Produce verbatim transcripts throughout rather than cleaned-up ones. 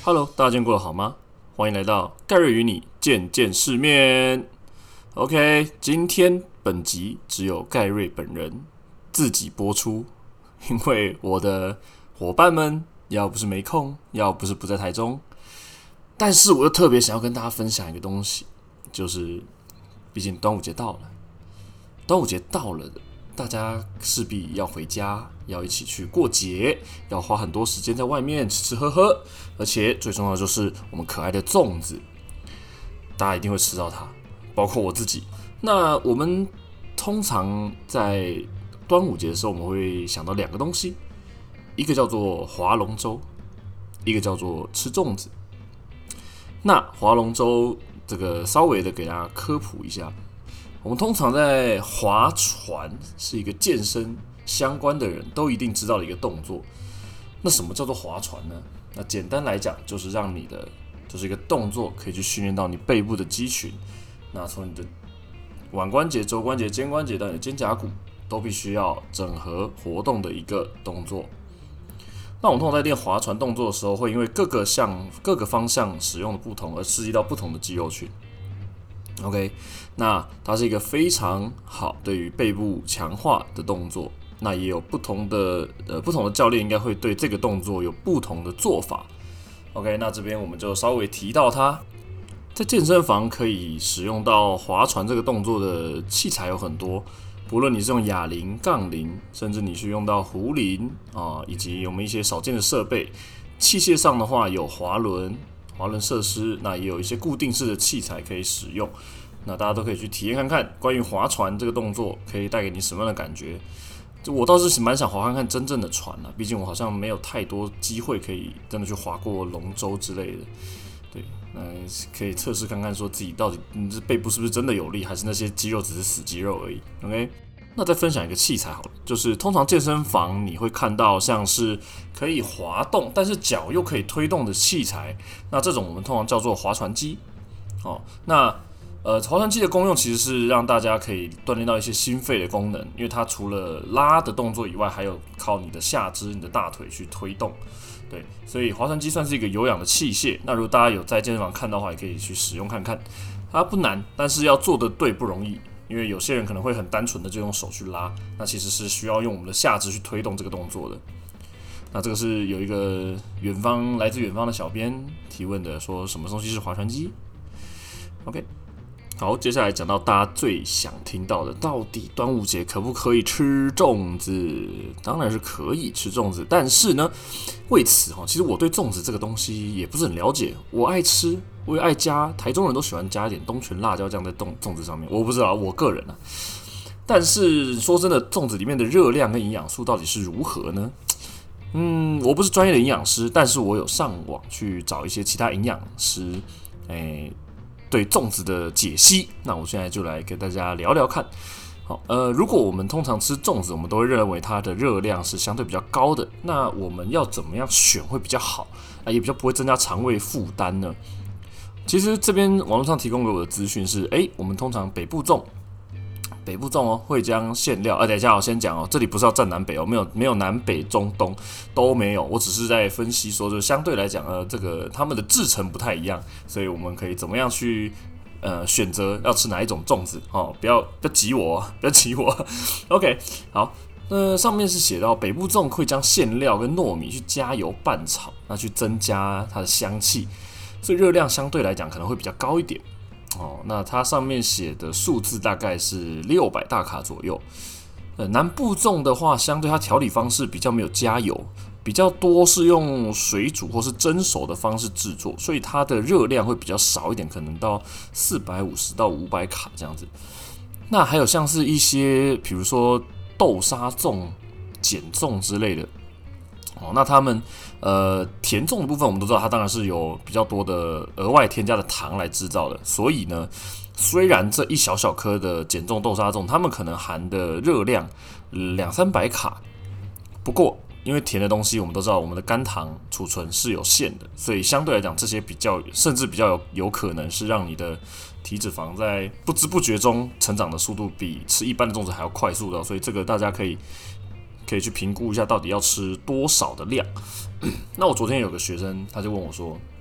Hello，大家今天过得好吗？欢迎来到盖瑞与你见见世面。OK， 今天本集只有盖瑞本人自己播出，因为我的伙伴们要不是没空，要不是不在台中，但是我又特别想要跟大家分享一个东西，就是毕竟端午节到了，端午节到了，大家势必要回家，要一起去过节，要花很多时间在外面吃吃喝喝，而且最重要的就是我们可爱的粽子，大家一定会吃到它，包括我自己。那我们通常在端午节的时候，我们会想到两个东西，一个叫做划龙舟，一个叫做吃粽子。那划龙舟这个稍微的给大家科普一下。我们通常在划船，是一个健身相关的人都一定知道的一个动作。那什么叫做划船呢？那简单来讲，就是让你的就是一个动作可以去训练到你背部的肌群。那从你的腕关节、肘关节、肩关节到你的肩胛骨，都必须要整合活动的一个动作。那我们通常在练划船动作的时候，会因为各个向各个方向使用的不同，而刺激到不同的肌肉群。OK， 那它是一个非常好对于背部强化的动作。那也有不同的呃不同的教练应该会对这个动作有不同的做法。OK， 那这边我们就稍微提到它，在健身房可以使用到划船这个动作的器材有很多，不论你是用哑铃、杠铃，甚至你是用到壶铃啊，以及我们一些少见的设备。器械上的话有滑轮。滑轮设施，那也有一些固定式的器材可以使用，那大家都可以去体验看看，关于划船这个动作可以带给你什么样的感觉？我倒是蛮想划看看真正的船啊，毕竟我好像没有太多机会可以真的去划过龙舟之类的。对，那可以测试看看，说自己到底你这背部是不是真的有力，还是那些肌肉只是死肌肉而已。OK。那再分享一个器材好了，就是通常健身房你会看到像是可以滑动，但是脚又可以推动的器材，那这种我们通常叫做划船机。哦，那呃划船机的功用其实是让大家可以锻炼到一些心肺的功能，因为它除了拉的动作以外，还有靠你的下肢、你的大腿去推动。对，所以划船机算是一个有氧的器械。那如果大家有在健身房看到的话，也可以去使用看看。它不难，但是要做得对不容易。因为有些人可能会很单纯的就用手去拉，那其实是需要用我们的下肢去推动这个动作的。那这个是有一个远方来自远方的小编提问的，说什么东西是划船机 ？OK， 好，接下来讲到大家最想听到的，到底端午节可不可以吃粽子？当然是可以吃粽子，但是呢，为此哈，其实我对粽子这个东西也不是很了解，我爱吃。我也爱加，台中人都喜欢加一点东泉辣椒酱在粽子上面，我不知道我个人啊。但是说真的，粽子里面的热量跟营养素到底是如何呢？嗯，我不是专业的营养师，但是我有上网去找一些其他营养师，诶，对粽子的解析。那我现在就来跟大家聊聊看。好，呃，如果我们通常吃粽子，我们都会认为它的热量是相对比较高的，那我们要怎么样选会比较好啊，也比较不会增加肠胃负担呢？其实这边网络上提供给我的资讯是，哎，我们通常北部粽，北部粽哦会将馅料，啊，等一下我先讲哦，这里不是要站南北哦，没有没有南北中东都没有，我只是在分析说，就相对来讲，呃，这个他们的制成不太一样，所以我们可以怎么样去呃选择要吃哪一种粽子哦，不要不要挤我，不要挤我 ，OK， 好。那上面是写到北部粽会将馅料跟糯米去加油拌炒，那去增加它的香气。所以热量相对来讲可能会比较高一点哦。那它上面写的数字大概是六百大卡左右。呃，南部粽的话，相对它调理方式比较没有加油，比较多是用水煮或是蒸熟的方式制作，所以它的热量会比较少一点，可能到四百五十到五百卡这样子。那还有像是一些，比如说豆沙粽、碱粽之类的。哦，那他们呃甜粽的部分，我们都知道，它当然是有比较多的额外添加的糖来制造的。所以呢，虽然这一小小颗的碱粽、豆沙粽，它们可能含的热量两三百卡，不过因为甜的东西，我们都知道我们的肝糖储存是有限的，所以相对来讲，这些比较甚至比较有有可能是让你的体脂肪在不知不觉中成长的速度比吃一般的粽子还要快速的，所以这个大家可以。可以去评估一下到底要吃多少的量。那我昨天有个学生，他就问我说：“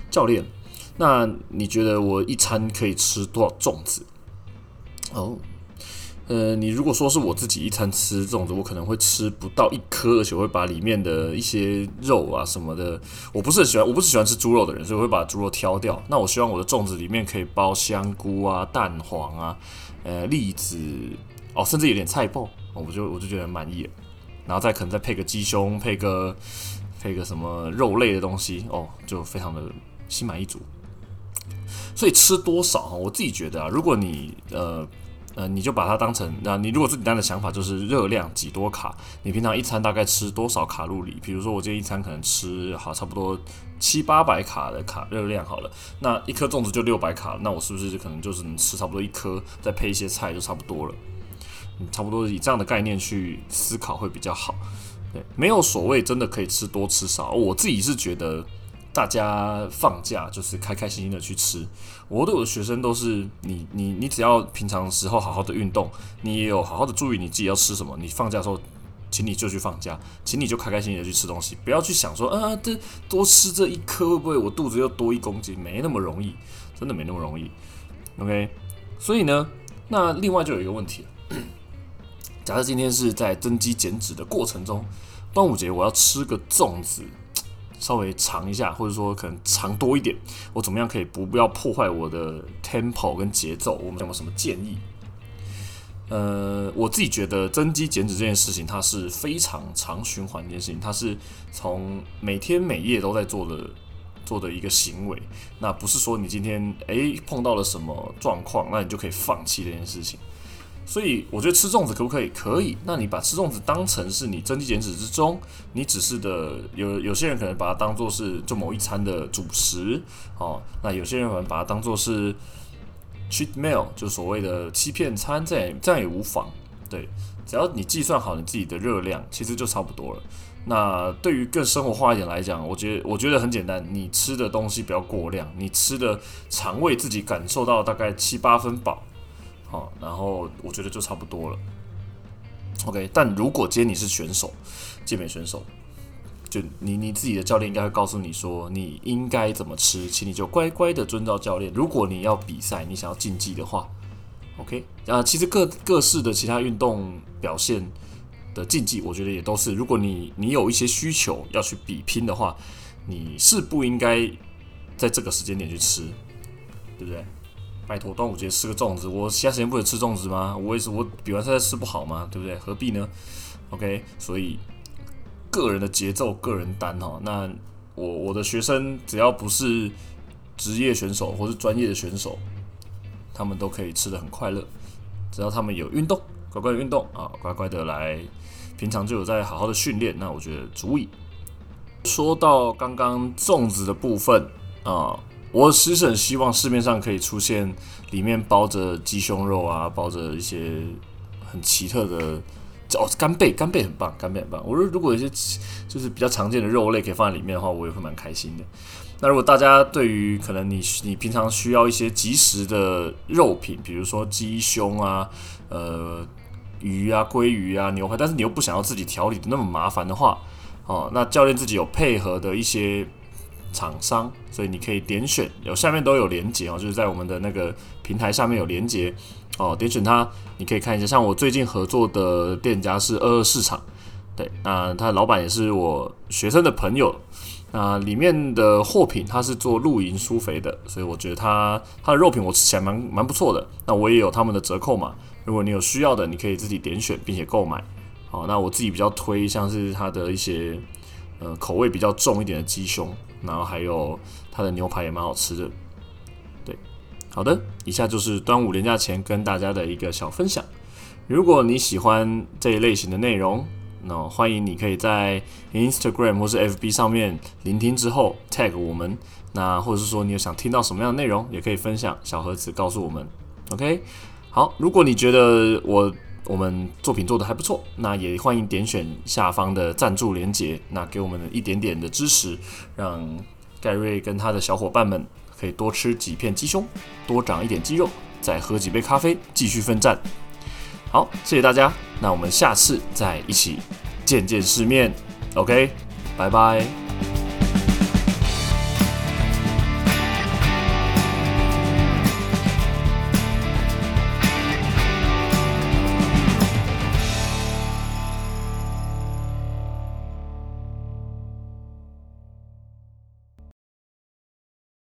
教练，那你觉得我一餐可以吃多少粽子？哦，呃，你如果说是我自己一餐吃粽子，我可能会吃不到一颗，而且我会把里面的一些肉啊什么的，我不是很喜欢，我不是喜欢吃猪肉的人，所以我会把猪肉挑掉。那我希望我的粽子里面可以包香菇啊、蛋黄啊、呃栗子，哦，甚至有点菜脯，我就我就觉得很满意了。然后再可能再配个鸡胸，配个配个什么肉类的东西，哦，就非常的心满意足。所以吃多少，我自己觉得啊，如果你呃。呃，你就把它当成，那你如果最简单的想法就是热量几多卡，你平常一餐大概吃多少卡路里？比如说我今天一餐可能吃好差不多七八百卡的卡热量好了，那一颗粽子就六百卡，那我是不是可能就是能吃差不多一颗，再配一些菜就差不多了？嗯，差不多以这样的概念去思考会比较好。对，没有所谓真的可以吃多吃少，我自己是觉得。大家放假就是开开心心的去吃。我对我的学生都是，你你你只要平常时候好好的运动，你也有好好的注意你自己要吃什么。你放假的时候，请你就去放假，请你就开开心心的去吃东西，不要去想说啊，这多吃这一颗会不会我肚子又多一公斤？没那么容易，真的没那么容易。OK， 所以呢，那另外就有一个问题了，假设今天是在增肌减脂的过程中，端午节我要吃个粽子。稍微长一下，或者说可能长多一点，我怎么样可以不不要破坏我的 tempo 跟节奏？我们有没有什么建议？呃，我自己觉得增肌减脂这件事情，它是非常长循环的一件事情，它是从每天每夜都在做的做的一个行为。那不是说你今天诶碰到了什么状况，那你就可以放弃这件事情。所以我觉得吃粽子可不可以？可以。那你把吃粽子当成是你增肌减脂之中，你只是的有有些人可能把它当做是就某一餐的主食哦。那有些人可能把它当做是 cheat meal， 就所谓的欺骗餐，这样这样也无妨。对，只要你计算好你自己的热量，其实就差不多了。那对于更生活化一点来讲，我觉得我觉得很简单，你吃的东西不要过量，你吃的肠胃自己感受到大概七八分饱。好，然后我觉得就差不多了。OK， 但如果今天你是选手，健美选手，就你你自己的教练应该会告诉你说你应该怎么吃，请你就乖乖的遵照教练。如果你要比赛，你想要竞技的话 ，OK， 啊，其实各各式的其他运动表现的竞技，我觉得也都是，如果你你有一些需求要去比拼的话，你是不应该在这个时间点去吃，对不对？拜托，端午节吃个粽子，我其他时间不能吃粽子吗？我也是，我比完赛吃不好吗？对不对？何必呢 ？OK， 所以个人的节奏，个人担哈。那我我的学生只要不是职业选手或是专业的选手，他们都可以吃得很快乐，只要他们有运动，乖乖的运动啊，乖乖的来，平常就有在好好的训练，那我觉得足以。说到刚刚粽子的部分啊。我其实很希望市面上可以出现里面包着鸡胸肉啊，包着一些很奇特的哦，干贝，干贝很棒，干贝很棒。我说如果有些就是比较常见的肉类可以放在里面的话，我也会蛮开心的。那如果大家对于可能你你平常需要一些即食的肉品，比如说鸡胸啊、呃鱼啊、鲑鱼啊、牛排，但是你又不想要自己调理的那么麻烦的话，哦，那教练自己有配合的一些。厂商，所以你可以点选，有下面都有连结哦，就是在我们的那个平台上面有连结哦，点选它，你可以看一下。像我最近合作的店家是二二市场，对，那他的老板也是我学生的朋友，那里面的货品他是做露营舒肥的，所以我觉得他他的肉品我吃起来蛮蛮不错的。那我也有他们的折扣码，如果你有需要的，你可以自己点选并且购买。好，那我自己比较推像是他的一些呃口味比较重一点的鸡胸。然后还有它的牛排也蛮好吃的，对，好的，以下就是端午连假前跟大家的一个小分享。如果你喜欢这一类型的内容，那欢迎你可以在 Instagram 或是 F B 上面聆听之后 tag 我们，那或者是说你有想听到什么样的内容，也可以分享小盒子告诉我们。OK， 好，如果你觉得我我们作品做得还不错，那也欢迎点选下方的赞助连结，那给我们一点点的支持，让盖瑞跟他的小伙伴们可以多吃几片鸡胸，多长一点肌肉，再喝几杯咖啡，继续奋战。好，谢谢大家，那我们下次再一起见见世面。OK， 拜拜。